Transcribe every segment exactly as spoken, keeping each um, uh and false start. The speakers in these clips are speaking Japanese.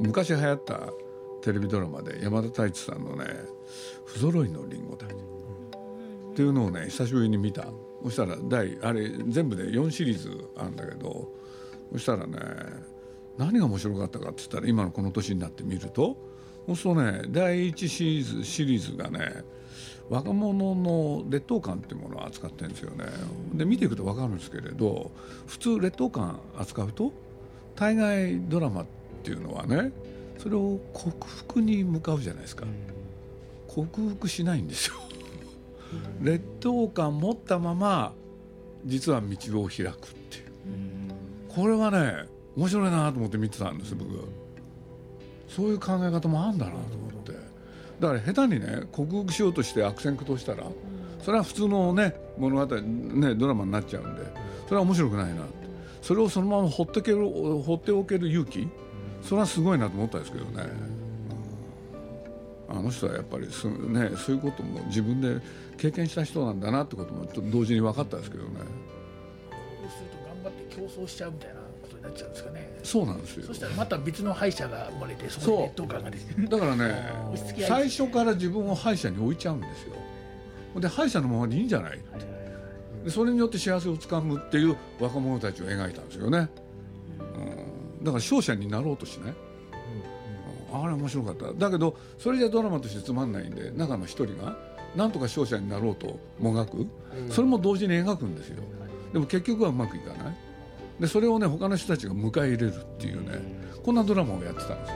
昔流行ったテレビドラマで山田太一さんのね不揃いのリンゴたちっていうのをね久しぶりに見た。そしたら第あれ全部でよんシリーズあるんだけど、そしたらね何が面白かったかって言ったら今のこの年になってみると、そうするとね第いちシリーズシリーズがね若者の劣等感っていうものを扱ってるんですよね。で見ていくと分かるんですけれど、普通劣等感扱うと大概ドラマっていうのはねそれを克服に向かうじゃないですか。克服しないんですよ。劣等感持ったまま実は道を開くっていう、これはね面白いなと思って見てたんです僕。そういう考え方もあるんだなと思って、だから下手にね克服しようとして悪戦苦闘したらそれは普通のね物語ねドラマになっちゃうんで、それは面白くないなって。それをそのまま放っておける放っておける勇気、それはすごいなと思ったんですけどね。あの人はやっぱりそ、ね、そういうことも自分で経験した人なんだなってことも同時に分かったんですけどね。 そうすると頑張って競争しちゃうみたいなことになっちゃうんですかね。 そうなんですよ。 そしたらまた別の敗者が生まれてそこで劣等感が出て、 だからね最初から自分を敗者に置いちゃうんですよ。で敗者のままでいいんじゃないって、でそれによって幸せをつかむっていう若者たちを描いたんですよね、うん、だから勝者になろうとしない、うん、あれ面白かった。だけどそれじゃドラマとしてつまんないんで中の一人がなんとか勝者になろうともがく、それも同時に描くんですよ。でも結局はうまくいかない。でそれをね他の人たちが迎え入れるっていうね、こんなドラマをやってたんですよ。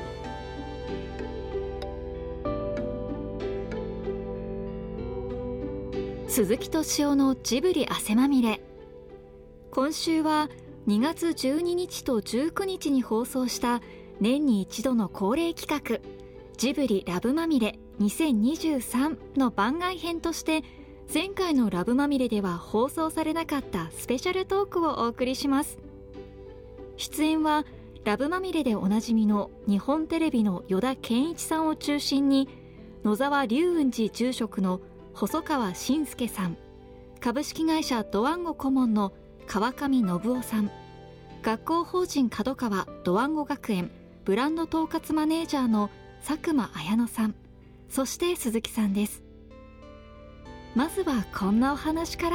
鈴木敏夫のジブリ汗まみれ。今週はにがつじゅうににちとじゅうくにちに放送した年に一度の恒例企画ジブリラブまみれにせんにじゅうさんの番外編として、前回のラブまみれでは放送されなかったスペシャルトークをお送りします。出演はラブまみれでおなじみの日本テレビの依田健一さんを中心に、野沢龍雲寺住職の細川信介さん、株式会社ドワンゴ顧問の川上信夫さん、学校法人角川ドワンゴ学園ブランド統括マネージャーの佐久間彩乃さん、そして鈴木さんです。まずはこんなお話から。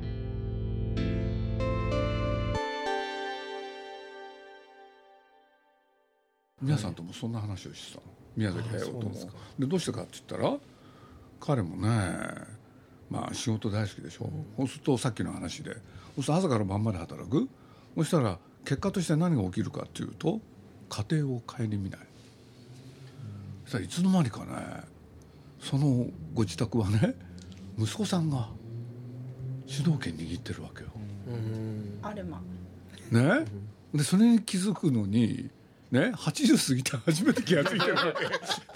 皆さんともそんな話をしてたの、宮崎駿とも。でどうしてかって言ったら彼もねまあ仕事大好きでしょ、うん、そうするとさっきの話でそうすると朝から晩まで働く。そしたら結果として何が起きるかっていうと家庭を顧みない、うん、そしたらいつの間にかねそのご自宅はね息子さんが主導権握ってるわけよ、 うん、あれまね、でそれに気づくのにね、はちじゅう過ぎて初めて気がついてるわけ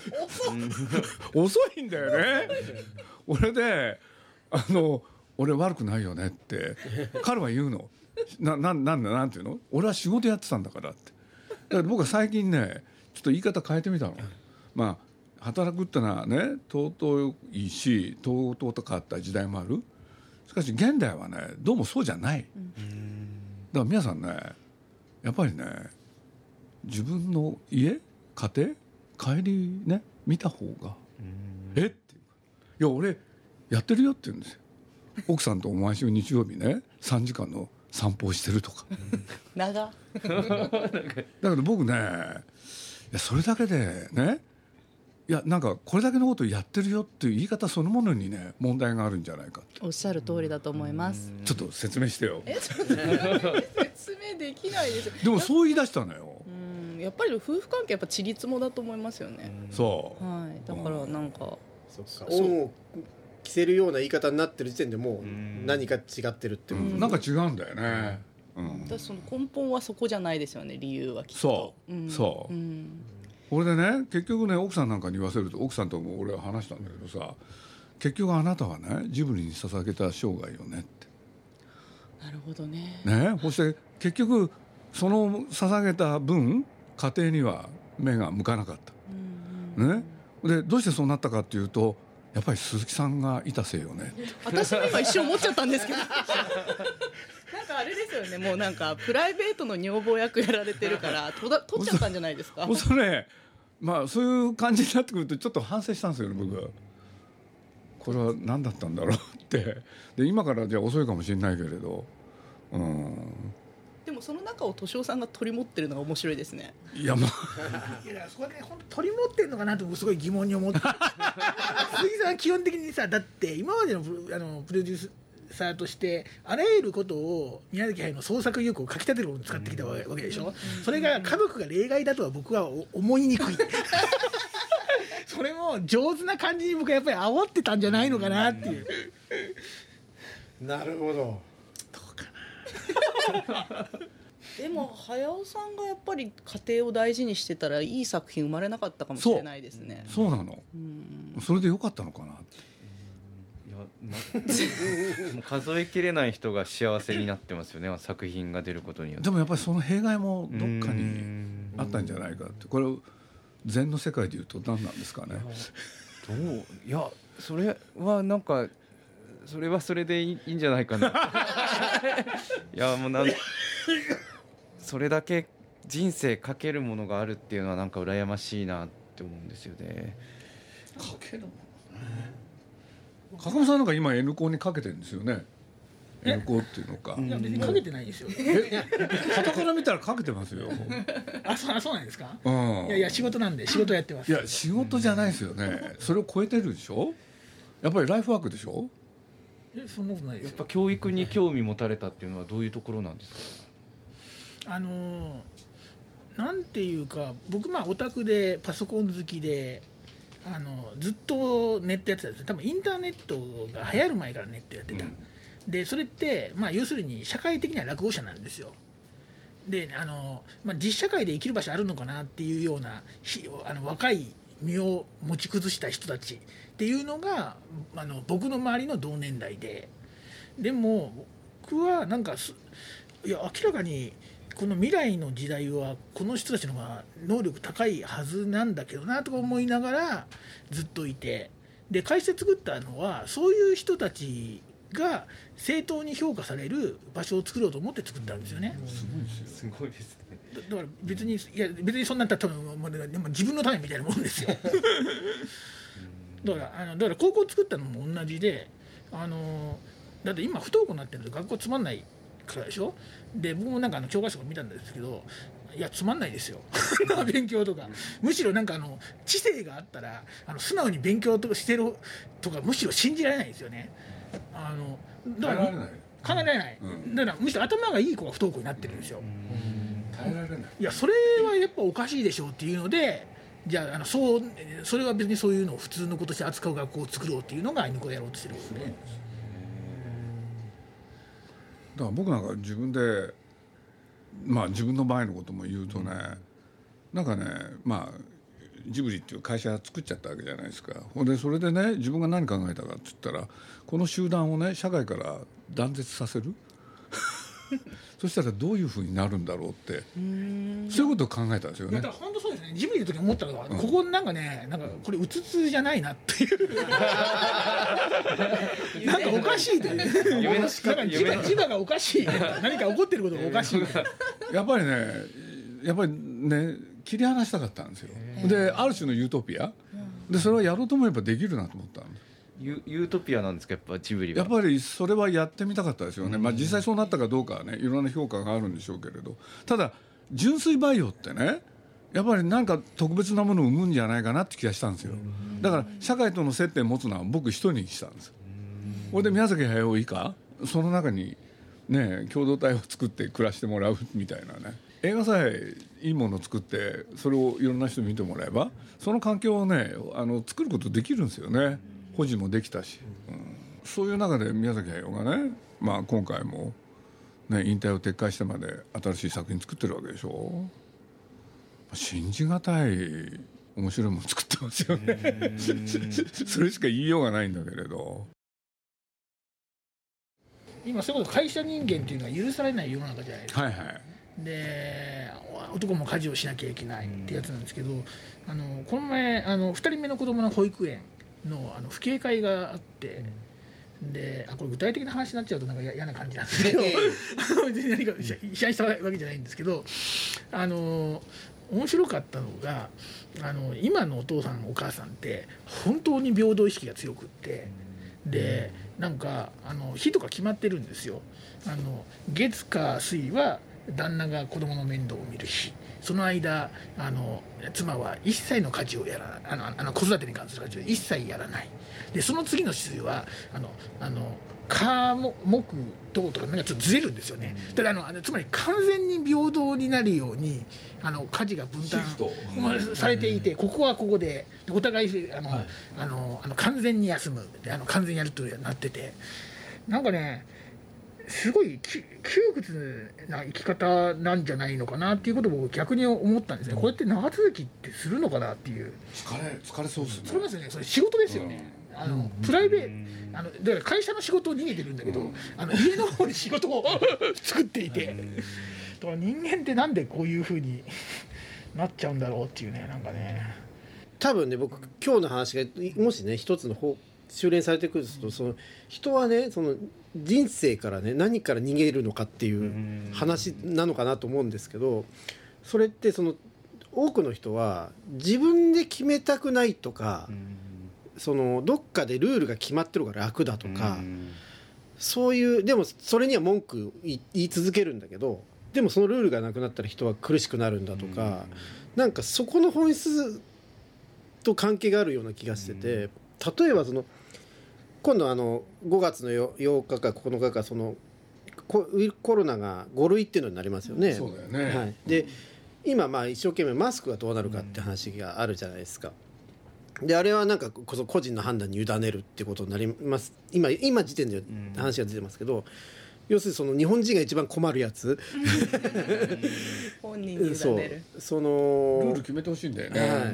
遅いんだよね。俺であの俺悪くないよねって彼は言うの。な、な、なんだなんていうの、俺は仕事やってたんだからって。だから僕は最近ねちょっと言い方変えてみたの。まあ働くってのはね尊いし尊かった時代もある。しかし現代はねどうもそうじゃない。だから皆さんねやっぱりね自分の家家庭帰りね見た方がえっていういや俺やってるよって言うんですよ。奥さんと毎週日曜日ねさんじかんの散歩をしてるとか長だけど僕ねいやそれだけでねいやなんかこれだけのことをやってるよっていう言い方そのものにね問題があるんじゃないかって。 おっしゃる通りだと思います。 ちょっと説明してよ。 え説明できないですよ。 でもそう言い出したのよ。 うんやっぱり夫婦関係やっぱちりつもだと思いますよね。 そう、 はい、だからなんかそっか恩を着せるような言い方になってる時点でもう何か違ってるってこと、 うん、なんか違うんだよね、うん、 だその根本はそこじゃないですよね理由はきっと。 そう、うん、そう、うん、これでね結局ね奥さんなんかに言わせると奥さんとも俺は話したんだけどさ結局あなたはねジブリに捧げた生涯よねって。 なるほどね。 ねそして結局その捧げた分家庭には目が向かなかった、うんうん、ねでどうしてそうなったかっていうとやっぱり鈴木さんがいたせいよね。 私も今一瞬思っちゃったんですけどなんかあれですよね、もうなんかプライベートの女房役やられてるからとだ取っちゃったんじゃないですか。 それまあそういう感じになってくるとちょっと反省したんですよね僕は。これは何だったんだろうってで今からじゃ遅いかもしれないけれど、うん、 でもその中を敏夫さんが取り持ってるのが面白いですね。 いやまあいやそこで本当取り持ってるのかなと僕すごい疑問に思って鈴木さんは基本的にさ、だって今までのプロ、あのプロデューサーとしてあらゆることを宮崎駿の創作意欲をかきたてることに使ってきたわけでしょ。それが家族が例外だとは僕は思いにくいそれも上手な感じに僕はやっぱり煽ってたんじゃないのかなっていう。 なるほど。 どうかなでも駿さんがやっぱり家庭を大事にしてたらいい作品生まれなかったかもしれないですね。 そう、そうなの、うん、それでよかったのかなって。 いやなもう数えきれない人が幸せになってますよね作品が出ることによって。 でもやっぱりその弊害もどっかにあったんじゃないかって。これ禅の世界でいうと何なんですかね。 どういやそれはなんかそれはそれでいい、いいんじゃないかな。いやもうなんそれだけ人生かけるものがあるっていうのはなんか羨ましいなって思うんですよね。 かけるものね。角間さんなんか今 N 校にかけてるんですよね。N 校っていうのか。 いや別にかけてないですよ。 え、傍から見たらかけてますよ。 あ、そう、そうなんですか。 うん。 いやいや仕事なんで仕事やってます。 いや仕事じゃないですよね。それを超えてるでしょ。やっぱりライフワークでしょ。 え、そんなことないですよ。 やっぱ教育に興味持たれたっていうのはどういうところなんですか。 あのー、なんていうか僕まあオタクでパソコン好きで。あのずっとネットやってたんですよ。多分インターネットが流行る前からネットやってた、うん、でそれって、まあ、要するに社会的には落後者なんですよ。であの、まあ、実社会で生きる場所あるのかなっていうようなあの若い身を持ち崩した人たちっていうのがあの僕の周りの同年代で、でも僕はなんかいや明らかにこの未来の時代はこの人たちの方が能力高いはずなんだけどなとか思いながらずっといて、で会社作ったのはそういう人たちが正当に評価される場所を作ろうと思って作ったんですよね。 すごいですね。 だから別にいや別にそんな多分もうでも自分のためみたいなもんですよ。だからあのだから高校作ったのも同じで、あのだって今不登校になってると学校つまんないからでしょ。で僕もなんかあの教科書を見たんですけど、いやつまんないですよ勉強とか。むしろなんかあの知性があったらあの素直に勉強とかしてるとかむしろ信じられないですよね。あのだから考えられない、うん、だからむしろ頭がいい子が不登校になってるんですよ。 耐えられない。 いやそれはやっぱおかしいでしょうっていうので、じゃあ、あのそうそれは別にそういうのを普通の子として扱う学校を作ろうっていうのが N 校でやろうとしてるんですね。 だから僕なんか自分でまあ自分の場合のことも言うとね、なんかねまあジブリっていう会社作っちゃったわけじゃないですか。ほんでそれでね自分が何考えたかって言ったらこの集団をね社会から断絶させるそしたらどういうふうになるんだろうってそういうことを考えたんですよね。 だから本当そうですね。ジブリの時に思ったのは、うん、ここなんかねなんかこれうつつじゃないなっていうなんかおかしいという夢の仕方なんか磁場がおかしい何か起こってることがおかしいやっぱりねやっぱりね切り離したかったんですよ。である種のユートピアでそれをやろうと思えばできるなと思ったんです。 ユ, ユートピアなんですかやっぱジブリは。 やっぱりそれはやってみたかったですよね、まあ、実際そうなったかどうかはねいろんな評価があるんでしょうけれど、ただ純粋培養ってねやっぱりなんか特別なものを生むんじゃないかなって気がしたんですよ。だから社会との接点を持つのは僕一人にしたんです。これで宮崎駿以下その中にね共同体を作って暮らしてもらうみたいなね、映画さえいいものを作ってそれをいろんな人に見てもらえばその環境をねあの作ることできるんですよね。保持もできたし、うん、そういう中で宮崎駿がね、まあ、今回も、ね、引退を撤回してまで新しい作品作ってるわけでしょ。信じがたい面白いもの作ってますよねそれしか言いようがないんだけれど、 今それこそ会社人間っていうのは許されない世の中じゃないですか。 はいはい。 で男も家事をしなきゃいけないってやつなんですけど、あのこの前あのふたりめの子供の保育園のあの父兄会があって、であこれ具体的な話になっちゃうとなんか嫌な感じなんですけど別に何か批判したわけじゃないんですけど、あの面白かったのがあの今のお父さんお母さんって本当に平等意識が強くって、でなんかあの日とか決まってるんですよ。あの月火水は旦那が子供の面倒を見る日、その間あの妻は一切の家事をやらない、あのあの子育てに関する家事を一切やらない。でその次の週はあのあの火木土とかなんかちょっとずれるんですよね。ただあのあのつまり完全に平等になるようにあの家事が分担されていて、ここはここでお互いあの、はい、あのあの完全に休むであの完全にやるとなってて、なんかねすごい窮屈な生き方なんじゃないのかなっていうことを僕逆に思ったんですね。こうやって長続きってするのかなっていう。 疲れ疲れそうですね。 疲れますよね。それ仕事ですよね。うんあのプライベートあのだから会社の仕事を逃げてるんだけど、うん、あの家の方に仕事を作っていて、だから人間ってなんでこういう風になっちゃうんだろうっていうね、なんかね多分ね僕今日の話がもしね一つの方修練されてくると、その人はねその人生からね何から逃げるのかっていう話なのかなと思うんですけど、それってその多くの人は自分で決めたくないとか、そのどっかでルールが決まってるから楽だとか、そういうでもそれには文句言い続けるんだけど、でもそのルールがなくなったら人は苦しくなるんだとか、なんかそこの本質と関係があるような気がしてて、例えばその今度あのごがつのようかかここのかかそのコロナがご類っていうのになりますよね。 そうだよね、 はい、で今まあ一生懸命マスクがどうなるかって話があるじゃないですか。であれはなんかこそ個人の判断に委ねるってことになります。今今時点で話が出てますけど、要するにその日本人が一番困るやつ本人に委ねる、 そそのルール決めてほしいんだよね、 はい、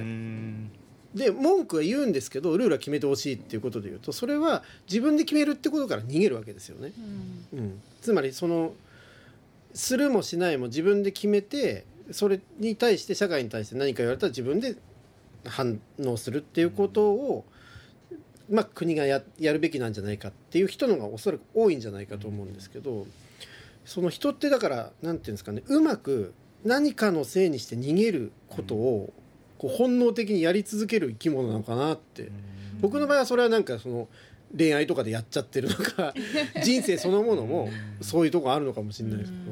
で文句は言うんですけどルールは決めてほしいっていうことでいうと、それは自分で決めるってことから逃げるわけですよね、うんうん、つまりそのするもしないも自分で決めて、それに対して社会に対して何か言われたら自分で反応するっていうことを、まあ、国が や, やるべきなんじゃないかっていう人のがおそらく多いんじゃないかと思うんですけど、その人ってだからなんていうんですかね、うまく何かのせいにして逃げることをこう本能的にやり続ける生き物なのかなって、僕の場合はそれはなんかその恋愛とかでやっちゃってるのか人生そのものもそういうとこあるのかもしれないですけど、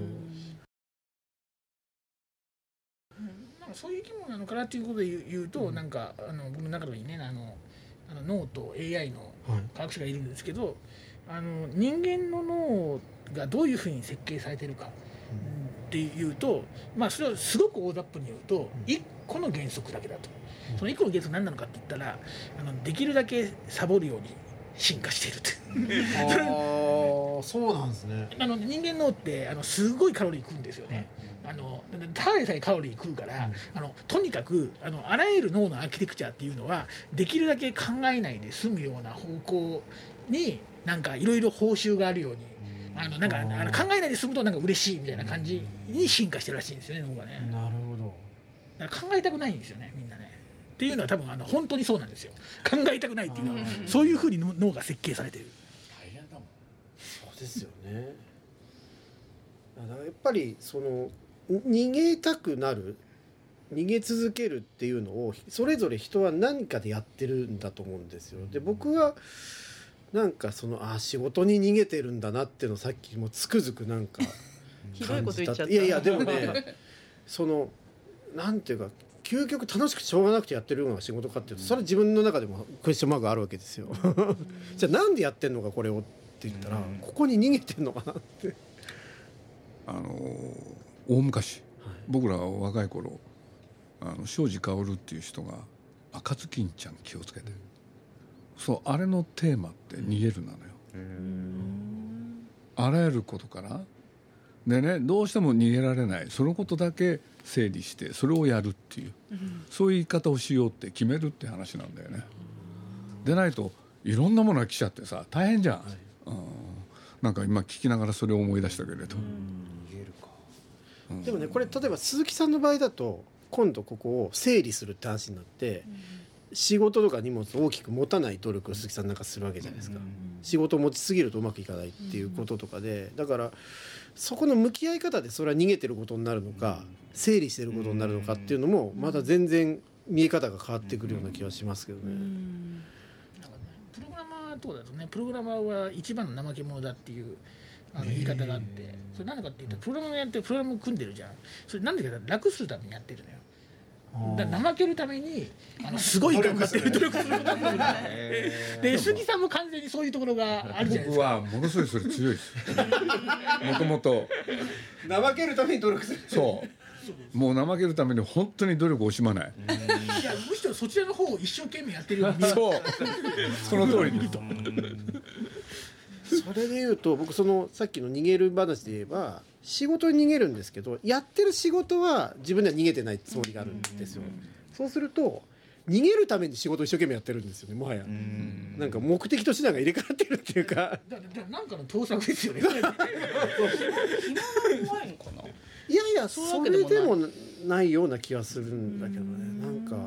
そういう生き物なのかなっていうことで言うと、うん、なんかあの僕の中にねあのあの脳と エーアイ の科学者がいるんですけど、はい、あの人間の脳がどういうふうに設計されてるかっていうと、まあそれはすごく大雑把に言うといっこの原則だけだと。そのいっこの原則何なのかって言ったら、あのできるだけサボるように進化しているとああそうなんですね。 あの人間脳ってあのすごいカロリー食うんですよね。あのただでさえカロリー食うから、うん、あのとにかくあのあらゆる脳のアーキテクチャっていうのはできるだけ考えないで済むような方向になんかいろいろ報酬があるように、うん、あのなんかあの考えないで済むとなんか嬉しいみたいな感じに進化してるらしいんですよね、脳がね。 なるほど。 だから考えたくないんですよねみんなね。っていうのは多分あの本当にそうなんですよ。考えたくないっていうのはそういうふうに脳が設計されてる。 大変だもん。そうですよね。だからやっぱりその逃げたくなる逃げ続けるっていうのをそれぞれ人は何かでやってるんだと思うんですよ。で僕はなんかそのあ仕事に逃げてるんだなっていうのをさっきもつくづくなんかひどいこと言っちゃった。 いやいやでもねそのなんていうか究極楽しくてしょうがなくてやってるような仕事かっていうと、それは自分の中でもクエスチョンマークがあるわけですよじゃあなんでやってんのかこれをって言ったら、ここに逃げてんのかなってあの大昔、はい、僕らが若い頃あの庄司薫っていう人が赤ずきんちゃん気をつけて、そうあれのテーマって逃げるなのよ。あらゆることからでね、どうしても逃げられないそのことだけ整理してそれをやるっていう、うん、そういう言い方をしようって決めるって話なんだよね。でないといろんなものが来ちゃってさ大変じゃん、はい、うん、なんか今聞きながらそれを思い出したけれど、うん、 逃げるか、うん、でもねこれ例えば鈴木さんの場合だと今度ここを整理するって話になって、 仕事とか荷物を大きく持たない努力を鈴木さんなんかするわけじゃないですか、仕事を持ちすぎるとうまくいかないっていうこととかで、だからそこの向き合い方でそれは逃げてることになるのか整理してることになるのかっていうのもまだ全然見え方が変わってくるような気はしますけどね。 なんかねプログラマーとかだとね、プログラマーは一番の怠け者だっていうあの言い方があって、それ何でかっていうと、プログラムやってプログラム組んでるじゃん。それなんでかって楽するためにやってるのよ。だから怠けるためにあのすごい頑張ってる努力することが多いで、杉さんも完全にそういうところがあるじゃないです僕か。 はものすごいそれ強いですもともと怠けるために努力する。 そうもう怠けるために本当に努力を惜しまない。 いやむしろそちらの方を一生懸命やってるように見える。 そうその通りです。 それで言うと僕そのさっきの逃げる話で言えば仕事に逃げるんですけど、やってる仕事は自分では逃げてないつもりがあるんですよ。そうすると逃げるために仕事を一生懸命やってるんですよね。もはやなんか目的と手段が入れ替わってるっていうか、 だだなんかの盗作ですよね。 暇が怖いのかな。 いやいやそういうそわけでもないれでもないような気がするんだけどね。なんかうーん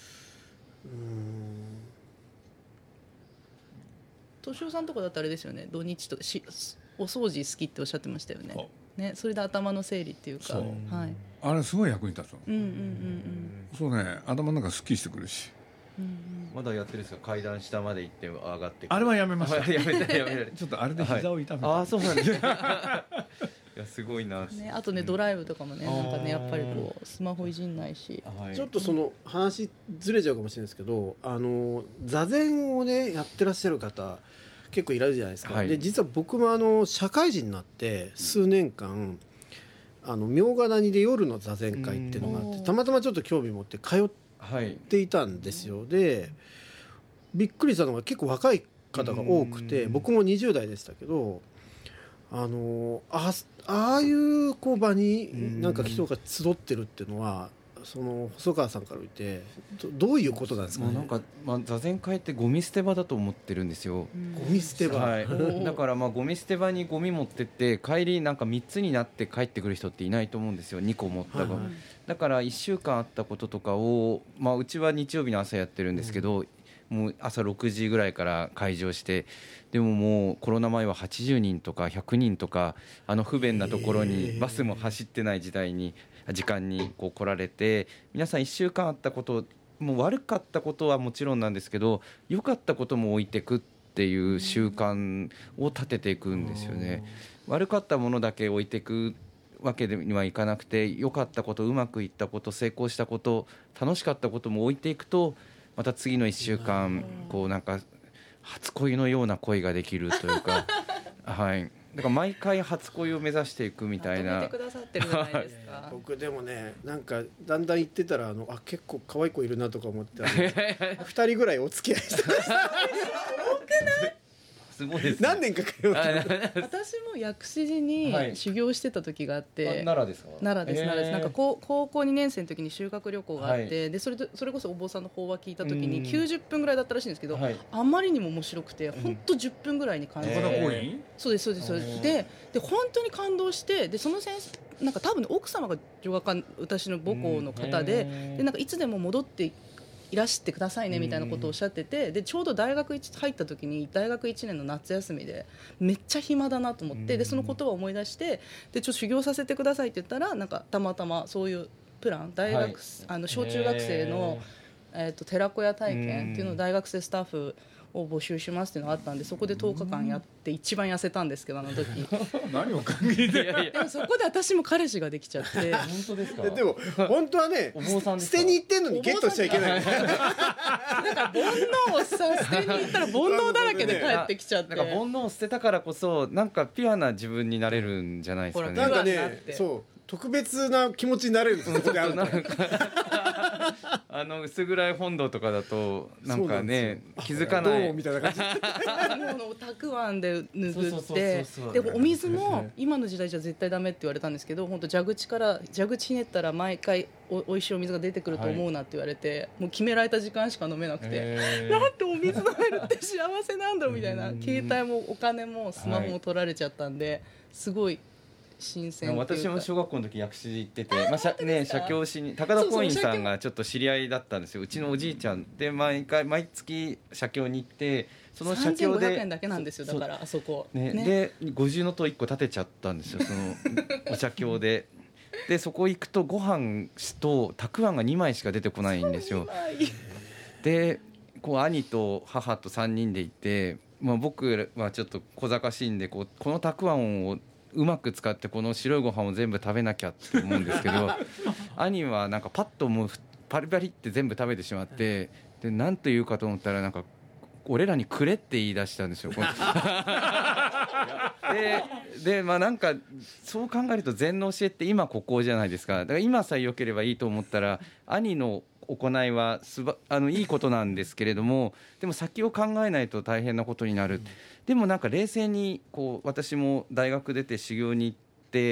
敏夫さんとかだったらあれですよね、土日とかしお掃除好きっておっしゃってましたよね。ね、それで頭の整理っていうか、 そうはい、 あれすごい役に立つの。 うんうんうんそうね、頭の中すっきりしてくるし。 うんうんまだやってるんですか、階段下まで行って上がってくる。 あれはやめました。 やめたやめたちょっとあれで膝を痛めた。 ああそうなんですいやすごいな、 ね、あとねドライブとかもね、なんかねやっぱりこうスマホいじんないし、 はい、 ちょっとその話ずれちゃうかもしれないですけど、あの座禅をねやってらっしゃる方結構いらっしゃるじゃないですか、 はい、 で実は僕もあの社会人になって数年間あの茗荷谷で夜の座禅会っていうのがあって、たまたまちょっと興味持って通っていたんですよ。でびっくりしたのが結構若い方が多くて、僕もにじゅう代でしたけど、あの あ, ああいうこう場になんか人が集ってるっていうのは、その細川さんから見て ど, どういうことなんですかね。 もうなんか、まあ、座禅会ってゴミ捨て場だと思ってるんですよ。 ゴミ捨て場、 はい、だからまあゴミ捨て場にゴミ持ってって帰りなんかみっつになって帰ってくる人っていないと思うんですよ。にこ持ったゴミ、はいはい、だからいっしゅうかんあったこととかを、まあ、うちは日曜日の朝やってるんですけど、うんもう朝ろくじぐらいから開場して、でももうコロナ前ははちじゅうにんとかひゃくにんとか、あの不便なところにバスも走ってない時代に時間にこう来られて、皆さんいっしゅうかんあったこと、もう悪かったことはもちろんなんですけど、良かったことも置いてくっていう習慣を立てていくんですよね。悪かったものだけ置いていくわけにはいかなくて、良かったこと、うまくいったこと、成功したこと、楽しかったことも置いていくと、また次のいっしゅうかんこうなんか初恋のような恋ができるというかはい、だから毎回初恋を目指していくみたいな。 まとめてくださってるじゃないですか僕でもねなんかだんだん言ってたらあのあ結構可愛い子いるなとか思ってふたりぐらいお付き合いしてましたすごいです、ね、 何年か通って私も薬師寺に修行してた時があって、はい、 奈良ですか。 奈良です、奈良です。なんか高校にねん生の時に修学旅行があって、はい、でそれとそれこそお坊さんの法話聞いた時にきゅうじゅっぷんぐらいだったらしいんですけど、はい、あまりにも面白くて本当じゅっぷんぐらいに感じて、そうですそうですそうですでで本当に感動して、でその先生なんか多分奥様が女学科私の母校の方で、でなんかいつでも戻っていらしてくださいねみたいなことをおっしゃってて、でちょうど大学入った時に大学いちねんの夏休みでめっちゃ暇だなと思って、でそのことを思い出して、でちょっと修行させてくださいって言ったら、なんかたまたまそういうプラン大学、はい、あの小中学生の、えー、と寺子屋体験っていうのを大学生スタッフを募集しますっていうのがあったんで、そこでとおかかんやって一番痩せたんですけど、あの時何を考えてでもそこで私も彼氏ができちゃって本当ですか。 でも本当はね捨てに行ってんのにゲットしちゃいけないだから煩悩をさ捨てに行ったら煩悩だらけで帰ってきちゃって、 なんか煩悩を捨てたからこそなんかピュアな自分になれるんじゃないですかね。 なんかねそう特別な気持ちになれるんですよ。そこであるとあの薄暗い本堂とかだとなんかね気づかないみたいな感じもうたくあんで拭ってでお水も今の時代じゃ絶対ダメって言われたんですけど、本当蛇口から蛇口ひねったら毎回お, おいしいお水が出てくると思うなって言われて、はい、もう決められた時間しか飲めなくて、なんてお水飲めるって幸せなんだろうみたいな、携帯もお金もスマホも取られちゃったんで、すごい新鮮っていうか。 私も小学校の時薬師寺行ってて、まあしゃね、写経しに高田光院さんがちょっと知り合いだったんですよ。うちのおじいちゃんで毎回毎月写経に行って、その写経でさんぜんごひゃくえんだけなんですよ。だからあそこ、 ねね、 で五重塔いっこ建てちゃったんですよ、そのお写経で。でそこ行くとご飯とたくあんがにまいしか出てこないんですよ。でこう兄と母とさんにんで行って、まあ、僕はちょっと小賢しいんでこうこのたくあんをうまく使ってこの白いご飯を全部食べなきゃって思うんですけど兄はなんかパッともうパリパリって全部食べてしまって、で何と言うかと思ったらなんか俺らにくれって言い出したんですよで, でまあなんかそう考えると禅の教えって今ここじゃないですか。だから今さえ良ければいいと思ったら兄の行いはすばあのいいことなんですけれども、でも先を考えないと大変なことになる。でもなんか冷静にこう私も大学出て修行に行って、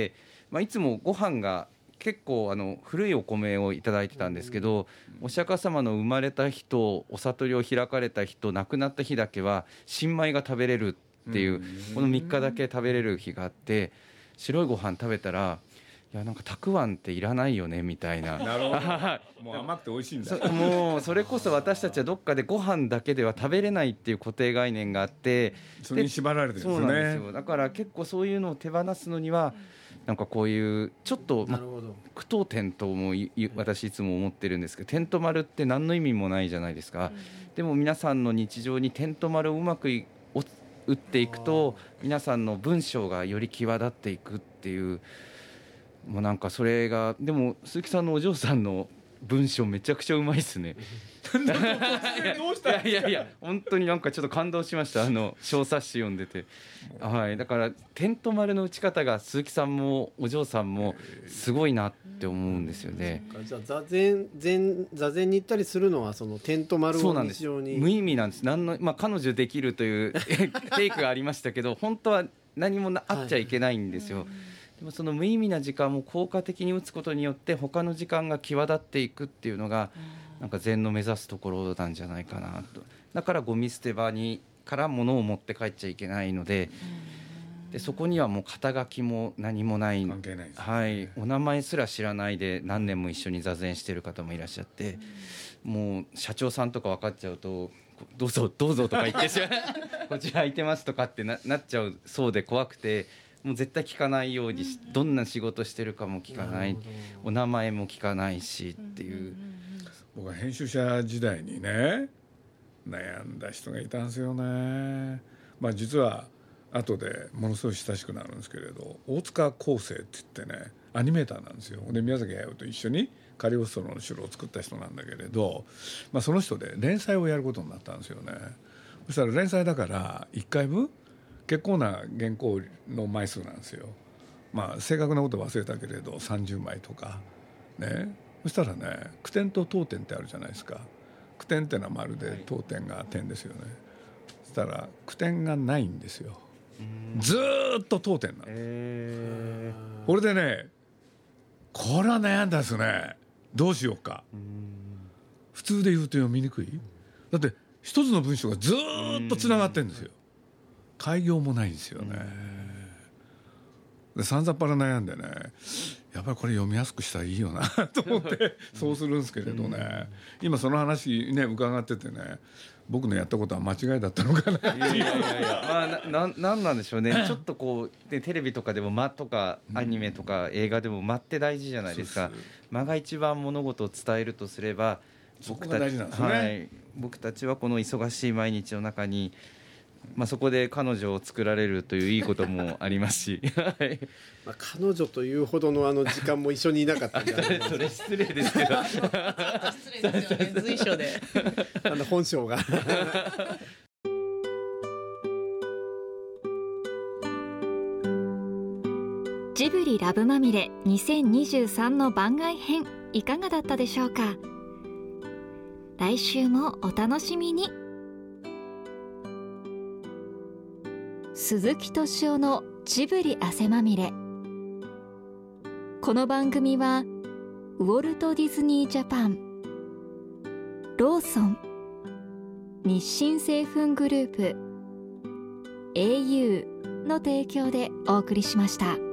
まあ、いつもご飯が結構あの古いお米をいただいてたんですけど、お釈迦様の生まれた日とお悟りを開かれた日と亡くなった日だけは新米が食べれるっていう、このみっかだけ食べれる日があって、白いご飯食べたらいやなんかたくあんっていらないよねみたいな。 なるほどもう甘くて美味しいんだ。 そもうそれこそ私たちはどっかでご飯だけでは食べれないっていう固定概念があって、 それに縛られてるんですね。 そうなんですよ。だから結構そういうのを手放すのにはなんかこういうちょっと、ま、句読点とも私いつも思ってるんですけど、点と丸って何の意味もないじゃないですか、うん、でも皆さんの日常に点と丸をうまく打っていくと皆さんの文章がより際立っていくっていう、もうなんかそれがでも鈴木さんのお嬢さんの文章めちゃくちゃうまいですねどうしたんですか。 いやいやいや本当になんかちょっと感動しました。あの小冊子読んでて、はい、だから点と丸の打ち方が鈴木さんもお嬢さんもすごいなって思うんですよね。 じゃあ座禅禅座禅に行ったりするのはその点と丸を日常に無意味なんです。何の、まあ、彼女できるというテイクがありましたけど本当は何もあっちゃいけないんですよ、はい、でもその無意味な時間も効果的に打つことによって他の時間が際立っていくっていうのがなんか禅の目指すところなんじゃないかなと。だからゴミ捨て場にから物を持って帰っちゃいけないので、でそこにはもう肩書きも何もない、 関係ないですね、 はい、お名前すら知らないで何年も一緒に座禅してる方もいらっしゃって、もう社長さんとか分かっちゃうとどうぞどうぞとか言ってしまうこちら空いてますとかって な, なっちゃうそうで怖くて、もう絶対聞かないようにし、どんな仕事してるかも聞かない、お名前も聞かないしっていう。 僕は編集者時代にね悩んだ人がいたんですよね。まあ実は後でものすごい親しくなるんですけれど、大塚康生って言ってねアニメーターなんですよ。で宮崎駿と一緒にカリオストロの城を作った人なんだけれど、まあ、その人で連載をやることになったんですよね。そしたら連載だからいっかいぶん結構な原稿の枚数なんですよ。まあ正確なこと忘れたけれどさんじゅうまいとかね。そしたらね句点と読点ってあるじゃないですか。句点ってのは丸で読点が点ですよね。そしたら句点がないんですよ。ずーっと読点なんです、えー、これでねこれは悩んだですね。どうしようか。普通で言うと読みにくい。だって一つの文章がずーっとつながってるんですよ。開業もないんですよね。でさんざっぱら悩んでね、やっぱりこれ読みやすくしたらいいよなと思ってそうするんですけれどね、今その話ね伺っててね、僕のやったことは間違いだったのかなっていう。いやいやいや、 まあ、な, な, なんなんでしょうねちょっとこうでテレビとかでも間とかアニメとか映画でも間って大事じゃないですか。間が一番物事を伝えるとすれば僕たち、ねはい、 僕たちはこの忙しい毎日の中に、まあ、そこで彼女を作られるといういいこともありますしまあ彼女というほどのあの時間も一緒にいなかったんじゃないそれ失礼ですけど失礼ですよね随所であの本性がジブリラブまみれにせんにじゅうさんの番外編いかがだったでしょうか。来週もお楽しみに。鈴木敏夫のジブリ汗まみれ。この番組はウォルト・ディズニー・ジャパン、ローソン、日清製粉グループ、エーユー の提供でお送りしました。